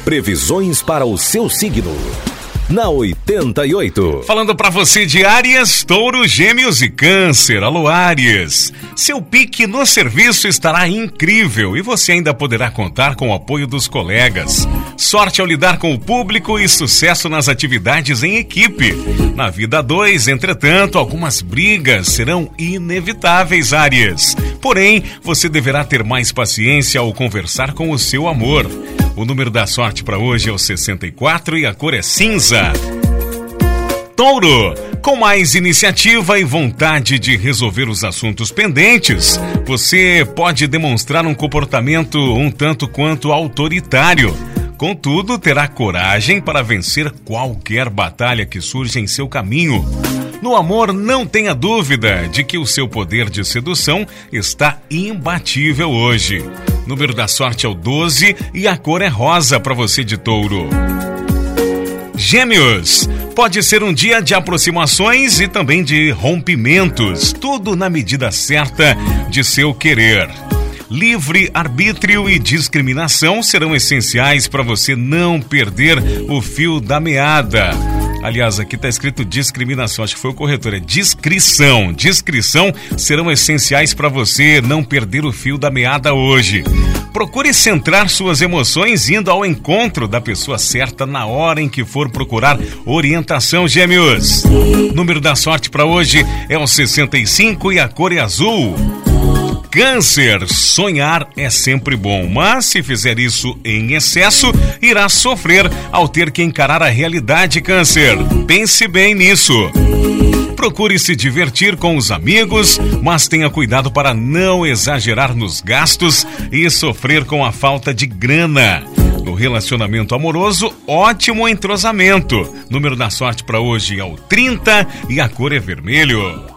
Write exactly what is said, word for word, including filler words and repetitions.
Previsões para o seu signo. Na oitenta e oito. Falando para você de Áries, Touro, Gêmeos e Câncer. Alô, Áries. Seu pique no serviço estará incrível e você ainda poderá contar com o apoio dos colegas. Sorte ao lidar com o público e sucesso nas atividades em equipe. Na vida a dois, entretanto, algumas brigas serão inevitáveis, Áries. Porém, você deverá ter mais paciência ao conversar com o seu amor. O número da sorte para hoje é o sessenta e quatro e a cor é cinza. Touro, com mais iniciativa e vontade de resolver os assuntos pendentes, você pode demonstrar um comportamento um tanto quanto autoritário. Contudo, terá coragem para vencer qualquer batalha que surja em seu caminho. No amor, não tenha dúvida de que o seu poder de sedução está imbatível hoje. O número da sorte é o doze e a cor é rosa para você de Touro. Gêmeos, pode ser um dia de aproximações e também de rompimentos, tudo na medida certa de seu querer. Livre arbítrio e discriminação serão essenciais para você não perder o fio da meada. Aliás, aqui está escrito discriminação, acho que foi o corretor, é discrição. Discrição serão essenciais para você não perder o fio da meada hoje. Procure centrar suas emoções indo ao encontro da pessoa certa na hora em que for procurar orientação, Gêmeos. Número da sorte para hoje é o sessenta e cinco e a cor é azul. Câncer, sonhar é sempre bom, mas se fizer isso em excesso, irá sofrer ao ter que encarar a realidade, Câncer. Pense bem nisso. Procure se divertir com os amigos, mas tenha cuidado para não exagerar nos gastos e sofrer com a falta de grana. No relacionamento amoroso, ótimo entrosamento. Número da sorte para hoje é o trinta e a cor é vermelho.